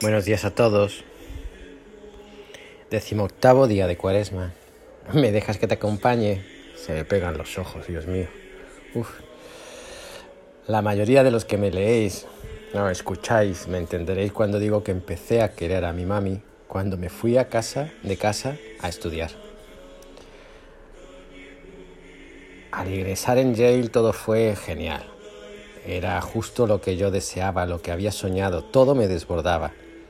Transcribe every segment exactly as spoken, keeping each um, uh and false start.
Buenos días a todos. Decimoctavo día de Cuaresma. ¿Me dejas que te acompañe? Se me pegan los ojos, Dios mío. Uf. La mayoría de los que me leéis, no, escucháis, me entenderéis cuando digo que empecé a querer a mi mami cuando me fui a casa, de casa a estudiar. Al ingresar en Yale todo fue genial. Era justo lo que yo deseaba, lo que había soñado, todo me desbordaba.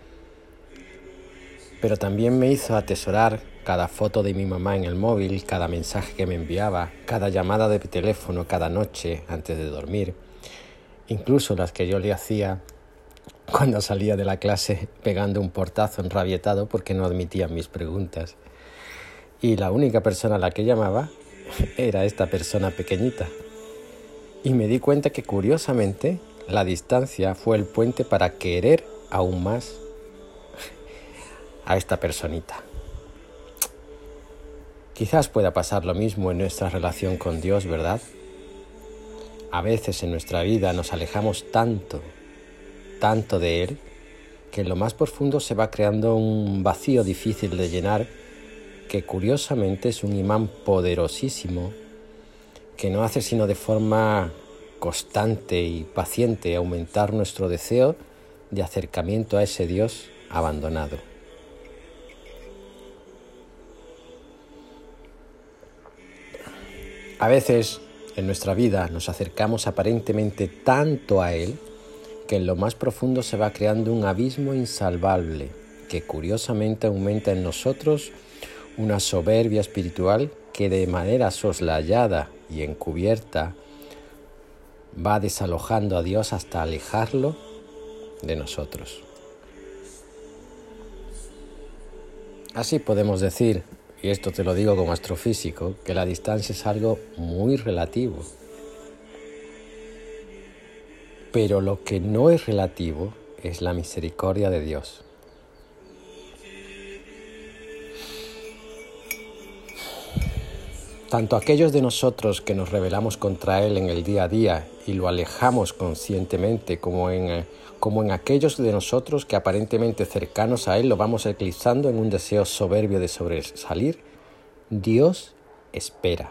Pero también me hizo atesorar cada foto de mi mamá en el móvil, cada mensaje que me enviaba, cada llamada de teléfono cada noche antes de dormir, incluso las que yo le hacía cuando salía de la clase pegando un portazo enrabietado porque no admitían mis preguntas. Y la única persona a la que llamaba era esta persona pequeñita. Y me di cuenta que curiosamente la distancia fue el puente para querer aún más a esta personita. Quizás pueda pasar lo mismo en nuestra relación con Dios, ¿verdad? A veces en nuestra vida nos alejamos tanto, tanto de Él, que en lo más profundo se va creando un vacío difícil de llenar, que curiosamente es un imán poderosísimo, que no hace sino de forma constante y paciente aumentar nuestro deseo de acercamiento a ese Dios abandonado. A veces en nuestra vida nos acercamos aparentemente tanto a Él que en lo más profundo se va creando un abismo insalvable que curiosamente aumenta en nosotros una soberbia espiritual que de manera soslayada y encubierta va desalojando a Dios hasta alejarlo de nosotros. Así podemos decir, y esto te lo digo como astrofísico, que la distancia es algo muy relativo. Pero lo que no es relativo es la misericordia de Dios. Tanto aquellos de nosotros que nos rebelamos contra Él en el día a día y lo alejamos conscientemente, como en, como en aquellos de nosotros que aparentemente cercanos a Él lo vamos eclipsando en un deseo soberbio de sobresalir, Dios espera.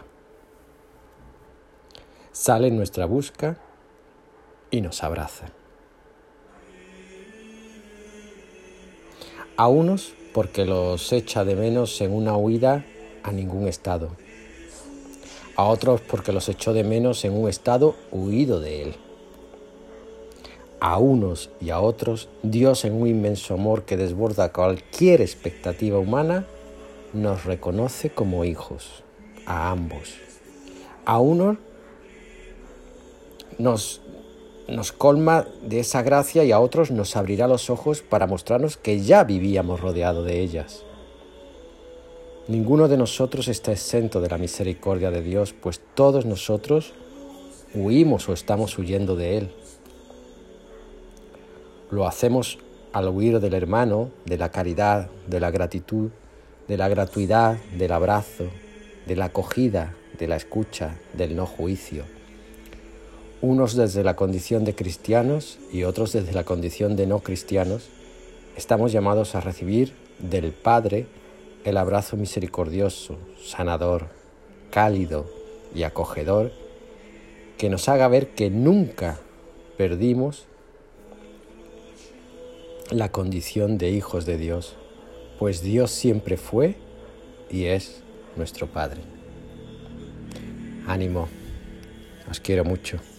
Sale en nuestra busca y nos abraza. A unos porque los echa de menos en una huida a ningún estado. A otros porque los echó de menos en un estado huido de Él. A unos y a otros, Dios en un inmenso amor que desborda cualquier expectativa humana, nos reconoce como hijos, a ambos. A unos nos, nos colma de esa gracia y a otros nos abrirá los ojos para mostrarnos que ya vivíamos rodeados de ellas. Ninguno de nosotros está exento de la misericordia de Dios, pues todos nosotros huimos o estamos huyendo de Él. Lo hacemos al huir del hermano, de la caridad, de la gratitud, de la gratuidad, del abrazo, de la acogida, de la escucha, del no juicio. Unos desde la condición de cristianos y otros desde la condición de no cristianos, estamos llamados a recibir del Padre el abrazo misericordioso, sanador, cálido y acogedor que nos haga ver que nunca perdimos la condición de hijos de Dios, pues Dios siempre fue y es nuestro Padre. Ánimo, os quiero mucho.